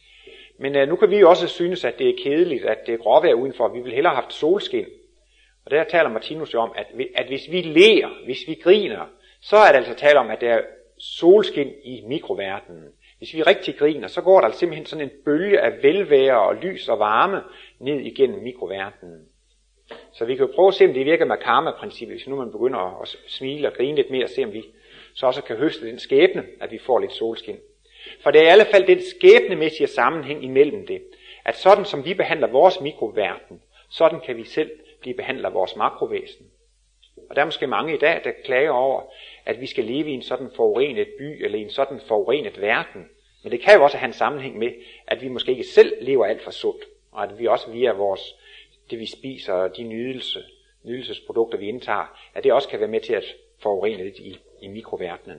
Men nu kan vi jo også synes, at det er kedeligt, at det er gråvejr udenfor. Vi vil hellere have haft solskin. Og der taler Martinus jo om, at hvis vi ler, hvis vi griner, så er det altså tale om, at der er solskin i mikroverdenen. Hvis vi rigtig griner, så går der altså simpelthen sådan en bølge af velvære og lys og varme ned igennem mikroverdenen. Så vi kan jo prøve at se, om det virker med karma-princippet, hvis nu man begynder at smile og grine lidt mere, og se om vi så også kan høste den skæbne, at vi får lidt solskin. For det er i alle fald den skæbnemæssige sammenhæng imellem det, at sådan som vi behandler vores mikroverden, sådan kan vi selv blive behandlet af vores makrovæsen. Og der er måske mange i dag, der klager over, at vi skal leve i en sådan forurenet by, eller i en sådan forurenet verden. Men det kan jo også have en sammenhæng med, at vi måske ikke selv lever alt for sundt, og at vi også via det vi spiser, og de nydelsesprodukter vi indtager, at det også kan være med til at forurene lidt i mikroverdenen.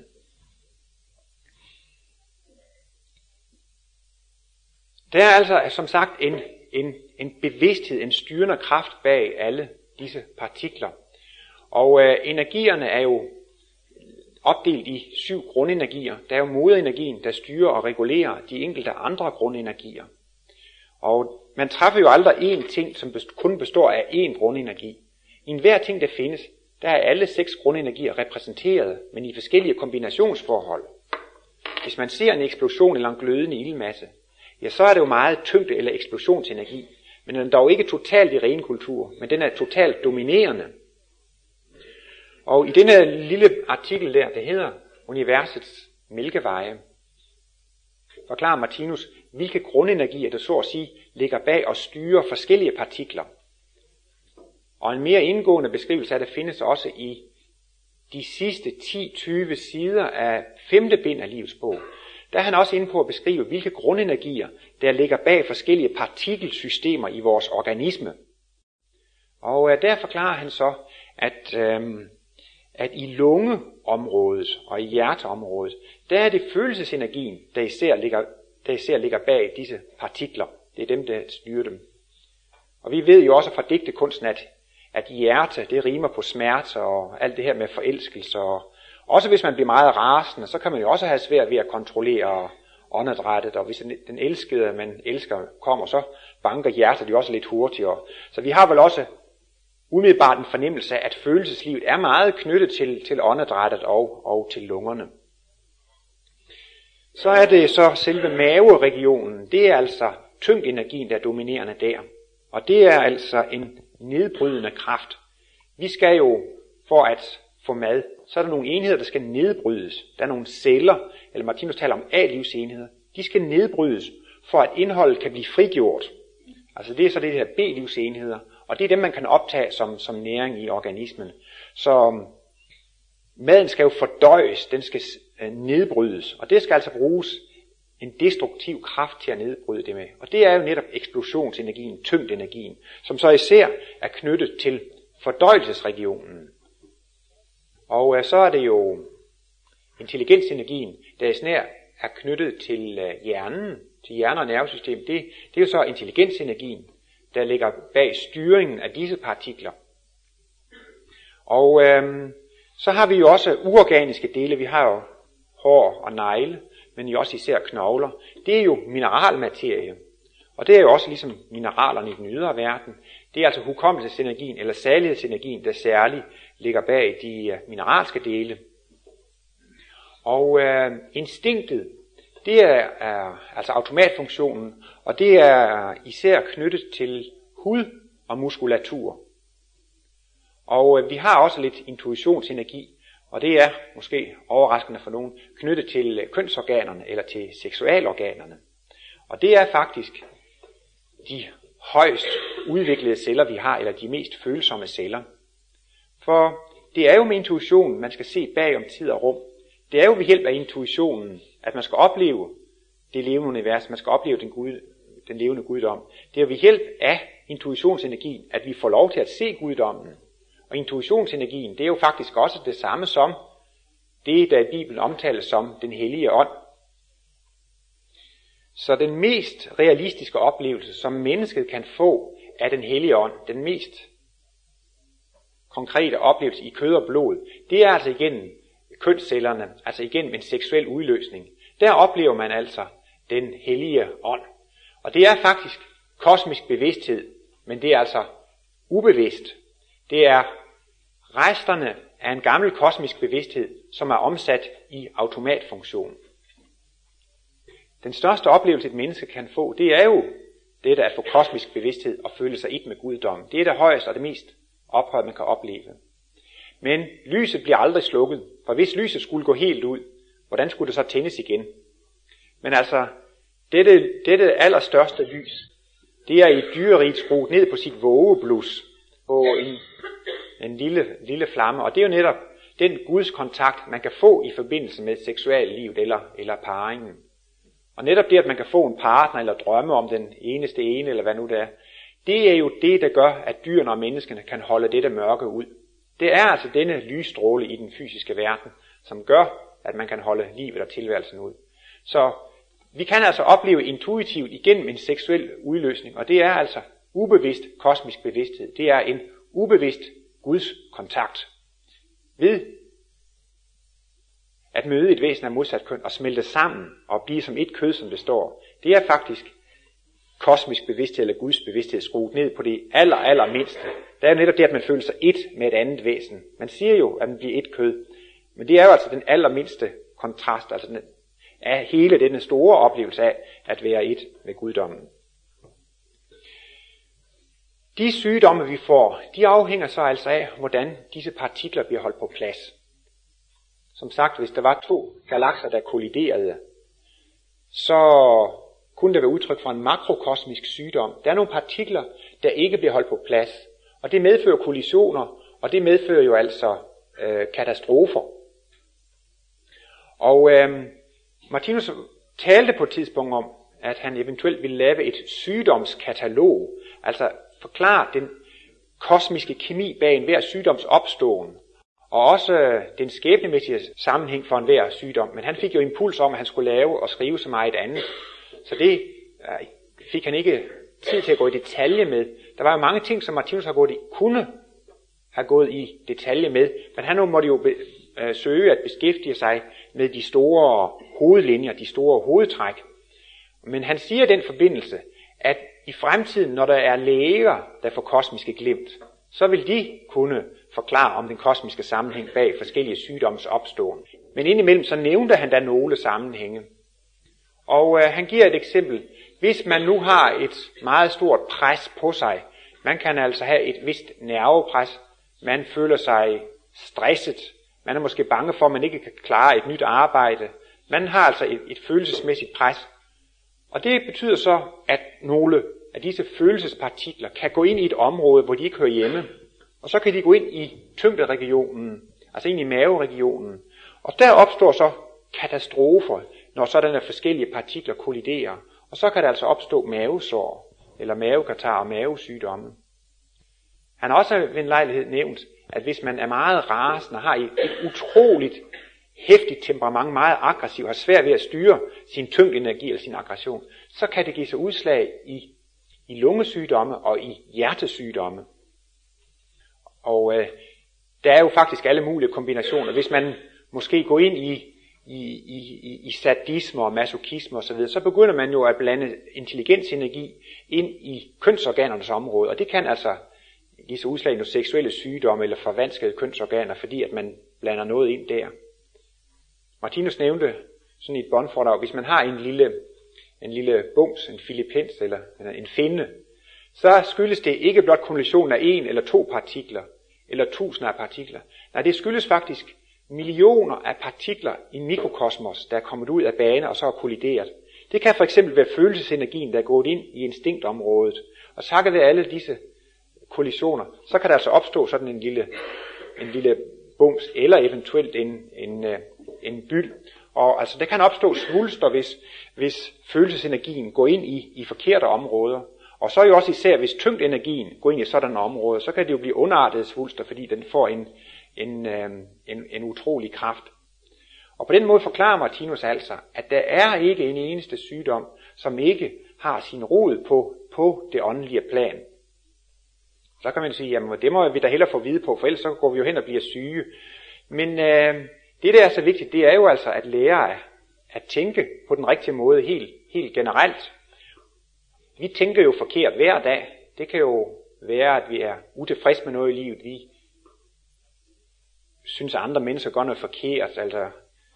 Der er altså som sagt en bevidsthed, en styrende kraft bag alle disse partikler. Og energierne er jo opdelt i 7 grundenergier. Der er jo moderenergien, der styrer og regulerer de enkelte andre grundenergier. Og man træffer jo aldrig én ting, som kun består af én grundenergi. I enhver ting, der findes, der er alle 6 grundenergier repræsenteret, men i forskellige kombinationsforhold. Hvis man ser en eksplosion eller en glødende ildmasse, ja, så er det jo meget tyngde- eller eksplosionsenergi, men den er dog ikke totalt i ren kultur, men den er totalt dominerende. Og i denne lille artikel der hedder Universets mælkeveje, forklarer Martinus, hvilke grundenergier, der så at sige, ligger bag og styrer forskellige partikler. Og en mere indgående beskrivelse af det findes også i de sidste 10-20 sider af 5. bind af Livets bog. Der er han også inde på at beskrive, hvilke grundenergier, der ligger bag forskellige partikelsystemer i vores organisme. Og der forklarer han så, at i lungeområdet og i hjerteområdet, der er det følelsesenergien, der især ligger bag disse partikler. Det er dem, der styrer dem. Og vi ved jo også fra digtekunsten, at hjerte, det rimer på smerte og alt det her med forelskelse. Og også hvis man bliver meget rasende, så kan man jo også have svært ved at kontrollere åndedrættet. Og hvis den elskede, man elsker, kommer, så banker hjertet jo også lidt hurtigere. Så vi har vel også umiddelbart en fornemmelse af, at følelseslivet er meget knyttet til åndedrættet og til lungerne. Så er det så selve maveregionen, det er altså tyngdenergien, der er dominerende der. Og det er altså en nedbrydende kraft. Vi skal jo, for at få mad, så er der nogle enheder, der skal nedbrydes. Der er nogle celler, eller Martinus taler om A-livsenheder. De skal nedbrydes, for at indholdet kan blive frigjort. Altså det er så det her B-livsenheder, og det er dem, man kan optage som næring i organismen. Så maden skal jo fordøjes, den skal nedbrydes, og det skal altså bruges en destruktiv kraft til at nedbryde det med. Og det er jo netop eksplosionsenergien, tyngdenergien, som så især er knyttet til fordøjelsesregionen. Og så er det jo intelligensenergien, der især er knyttet til hjernen, til hjerne- og nervesystem. Det er jo så intelligensenergien, der ligger bag styringen af disse partikler. Og så har vi jo også uorganiske dele. Vi har jo hår og negle, men jo også især knogler. Det er jo mineralmaterie. Og det er jo også ligesom mineralerne i den ydre verden. Det er altså hukommelsesenergien eller særlighedsenergien, der særligt ligger bag de mineralske dele. Og instinktet, det er altså automatfunktionen, og det er især knyttet til hud og muskulatur. Og vi har også lidt intuitionsenergi, og det er måske overraskende for nogen, knyttet til kønsorganerne eller til seksualorganerne. Og det er faktisk de højst udviklede celler, vi har, eller de mest følsomme celler. For det er jo med intuitionen, man skal se bag om tid og rum. Det er jo ved hjælp af intuitionen, at man skal opleve det levende univers, man skal opleve den levende guddom. Det er jo ved hjælp af intuitionsenergien, at vi får lov til at se guddommen. Og intuitionsenergien, det er jo faktisk også det samme som det, der i Bibelen omtales som den hellige ånd. Så den mest realistiske oplevelse, som mennesket kan få af den hellige ånd, den mest konkrete oplevelse i kød og blod, det er altså igennem kønscellerne, altså igennem en seksuel udløsning. Der oplever man altså den hellige ånd. Og det er faktisk kosmisk bevidsthed, men det er altså ubevidst. Det er resterne af en gammel kosmisk bevidsthed, som er omsat i automatfunktion. Den største oplevelse, et menneske kan få, det er jo det, at få kosmisk bevidsthed og føle sig et med guddommen. Det er det højeste og det mest ophøjet, man kan opleve. Men lyset bliver aldrig slukket, for hvis lyset skulle gå helt ud, hvordan skulle det så tændes igen? Men altså, dette allerstørste lys, det er i dyreriget skruet ned på sit vågeblus, på en lille flamme, og det er jo netop den Guds kontakt, man kan få i forbindelse med seksuallivet eller parringen. Og netop det, at man kan få en partner eller drømme om den eneste ene, eller hvad nu det er, det er jo det, der gør, at dyrene og menneskene kan holde dette mørke ud. Det er altså denne lysstråle i den fysiske verden, som gør, at man kan holde livet og tilværelsen ud. Så vi kan altså opleve intuitivt igennem en seksuel udløsning, og det er altså ubevidst kosmisk bevidsthed. Det er en ubevidst Guds kontakt. Ved at møde et væsen af modsat køn og smelte sammen og blive som et kød, som det står, det er faktisk kosmisk bevidsthed eller Guds bevidsthed skruet ned på det allermindste. Der er jo netop det, at man føler sig et med et andet væsen. Man siger jo, at man bliver et kød. Men det er jo altså den allermindste kontrast, altså af hele den store oplevelse af at være et med guddommen. De sygdomme, vi får, de afhænger så altså af, hvordan disse partikler bliver holdt på plads. Som sagt, hvis der var 2 galakser, der kolliderede, så kunne det være udtryk for en makrokosmisk sygdom. Der er nogle partikler, der ikke bliver holdt på plads, og det medfører kollisioner, og det medfører jo altså katastrofer. Og Martinus talte på et tidspunkt om, at han eventuelt ville lave et sygdomskatalog, altså forklare den kosmiske kemi bag enhver sygdoms opståen, og også den skæbnemæssige sammenhæng for enhver sygdom. Men han fik jo impuls om, at han skulle lave og skrive så meget andet, så det fik han ikke tid til at gå i detalje med. Der var jo mange ting, som Martinus kunne have gået i detalje med, men han måtte jo søge at beskæftige sig med de store hovedlinjer, de store hovedtræk. Men han siger i den forbindelse, at i fremtiden, når der er læger, der får kosmiske glimt, så vil de kunne forklare om den kosmiske sammenhæng bag forskellige sygdommes opståen. Men indimellem så nævnte han da nogle sammenhænge. Og han giver et eksempel. Hvis man nu har et meget stort pres på sig, man kan altså have et vist nervepres, man føler sig stresset, man er måske bange for, at man ikke kan klare et nyt arbejde, man har altså et følelsesmæssigt pres. Og det betyder så, at nogle af disse følelsespartikler kan gå ind i et område, hvor de ikke hører hjemme, og så kan de gå ind i tyngderegionen, altså ind i maveregionen, og der opstår så katastrofer, når sådanne forskellige partikler kolliderer, og så kan der altså opstå mavesår, eller mavekatarr og mavesygdomme. Han har også ved en lejlighed nævnt, at hvis man er meget rasende, har et utroligt hæftigt temperament, meget aggressiv, har svært ved at styre sin tyngdenergi eller sin aggression, så kan det give sig udslag i lungesygdomme og i hjertesygdomme. Og der er jo faktisk alle mulige kombinationer. Hvis man måske går ind i sadisme og masochisme osv., så begynder man jo at blande intelligensenergi ind i kønsorganernes område, og det kan altså give sig udslag i nogle seksuelle sygdomme eller forvanskede kønsorganer, fordi at man blander noget ind der. Martinus nævnte sådan i et båndforedrag, hvis man har en lille bums, en filipens eller en finde, så skyldes det ikke blot kollision af 1 eller 2 partikler, eller tusinder af partikler. Nej, det skyldes faktisk millioner af partikler i mikrokosmos, der er kommet ud af bane og så er kollideret. Det kan for eksempel være følelsesenergien, der er gået ind i instinktområdet. Og takket ved alle disse kollisioner, så kan der altså opstå sådan en lille bums, eller eventuelt en byld. Og altså der kan opstå svulster, hvis følelsesenergien går ind i forkerte områder. Og så er jo også især, hvis tyngdenergien går ind i sådan områder, så kan det jo blive underartede svulster, fordi den får en utrolig kraft. Og på den måde forklarer Martinus altså, at der er ikke en eneste sygdom, som ikke har sin rod på det åndelige plan. Så kan man sige, jamen det må vi da hellere få vide på, for ellers så går vi jo hen og bliver syge. Men det der er så vigtigt, det er jo altså at lære at tænke på den rigtige måde helt generelt. Vi tænker jo forkert hver dag. Det kan jo være, at vi er utilfredse med noget i livet. Vi synes, at andre mennesker gør noget forkert. Altså,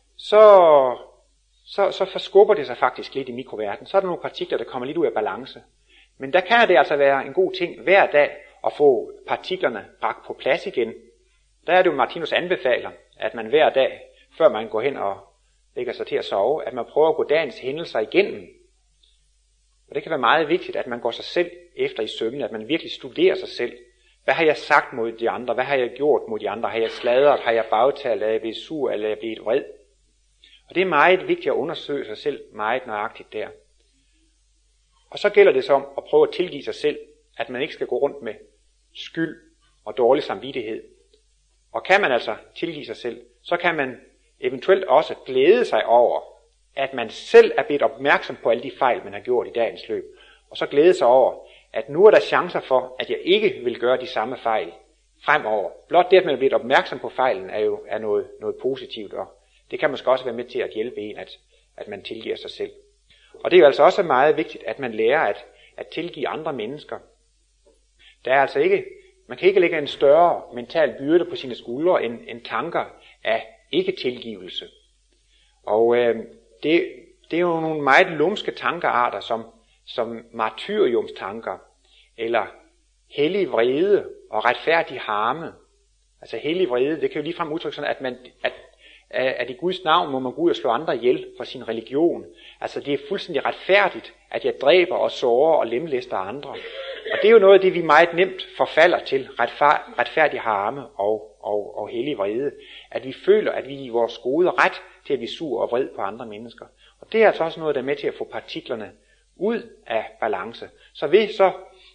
så forskubber det sig faktisk lidt i mikroverdenen. Så er der nogle partikler, der kommer lidt ud af balance. Men der kan det altså være en god ting hver dag at få partiklerne bragt på plads igen. Der er det jo Martinus anbefaler, at man hver dag, før man går hen og lægger sig til at sove, at man prøver at gå dagens hændelser igennem. Og det kan være meget vigtigt, at man går sig selv efter i søvnen, at man virkelig studerer sig selv. Hvad har jeg sagt mod de andre? Hvad har jeg gjort mod de andre? Har jeg sladret? Har jeg bagtalt? Er jeg blevet sur? Eller er jeg blevet vred? Og det er meget vigtigt at undersøge sig selv meget nøjagtigt der. Og så gælder det så om at prøve at tilgive sig selv, at man ikke skal gå rundt med skyld og dårlig samvittighed. Og kan man altså tilgive sig selv, så kan man eventuelt også glæde sig over, at man selv er blevet opmærksom på alle de fejl, man har gjort i dagens løb. Og så glæde sig over, at nu er der chancer for, at jeg ikke vil gøre de samme fejl fremover. Blot det, at man er blevet opmærksom på fejlen, er noget positivt, og det kan måske også være med til at hjælpe en, at man tilgiver sig selv. Og det er jo altså også meget vigtigt, at man lærer at tilgive andre mennesker. Der er altså ikke, man kan ikke lægge en større mental byrde på sine skuldre end tanker af ikke-tilgivelse. Og det er jo nogle meget lumske tankearter, som martyriumstanker, eller hellig vrede og retfærdig harme. Altså hellig vrede, det kan jo ligefrem udtrykke sådan, at i Guds navn må man gå ud og slå andre ihjel for sin religion. Altså det er fuldstændig retfærdigt, at jeg dræber og sårer og lemlæster andre. Og det er jo noget af det, vi meget nemt forfalder til, retfærdig harme og hellig vrede. At vi føler, at vi er i vores gode ret til at blive sur og vred på andre mennesker. Og det er altså også noget, der er med til at få partiklerne ud af balance. Så ved så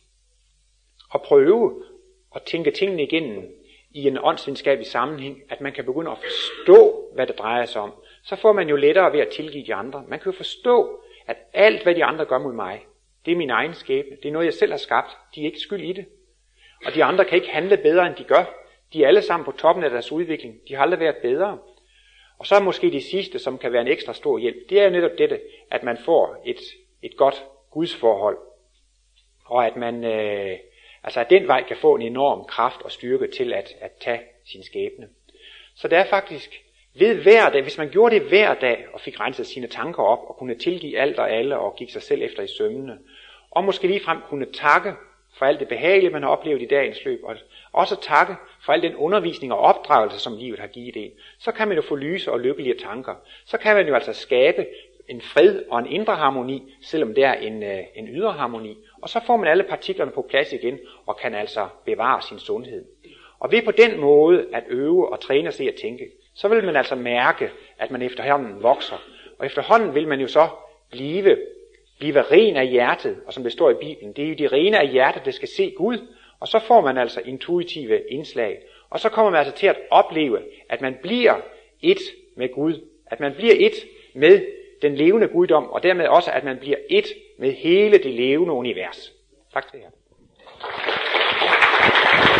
at prøve at tænke tingene igennem i en åndsvidenskabelig sammenhæng, at man kan begynde at forstå, hvad det drejer sig om, så får man jo lettere ved at tilgive de andre. Man kan jo forstå, at alt, hvad de andre gør mod mig, det er min egen skæbne. Det er noget, jeg selv har skabt. De er ikke skyld i det. Og de andre kan ikke handle bedre, end de gør. De er alle sammen på toppen af deres udvikling. De har aldrig været bedre. Og så er måske det sidste, som kan være en ekstra stor hjælp, det er jo netop dette, at man får et godt gudsforhold. Og at man at den vej kan få en enorm kraft og styrke til at tage sin skæbne. Så det er faktisk ved hver dag, hvis man gjorde det hver dag og fik renset sine tanker op og kunne tilgive alt og alle og gik sig selv efter i sømmene, og måske ligefrem kunne takke for alt det behagelige, man har oplevet i dagens løb, og også takke for al den undervisning og opdragelse, som livet har givet en, så kan man jo få lyse og lykkelige tanker. Så kan man jo altså skabe en fred og en indre harmoni, selvom det er en ydre harmoni. Og så får man alle partiklerne på plads igen, og kan altså bevare sin sundhed. Og ved på den måde at øve og træne sig at tænke, så vil man altså mærke, at man efterhånden vokser. Og efterhånden vil man jo så blive ren af hjertet, og som det står i Bibelen, det er jo de rene af hjertet, der skal se Gud, og så får man altså intuitive indslag. Og så kommer man altså til at opleve, at man bliver et med Gud, at man bliver et med den levende guddom, og dermed også, at man bliver et med hele det levende univers. Tak til jer.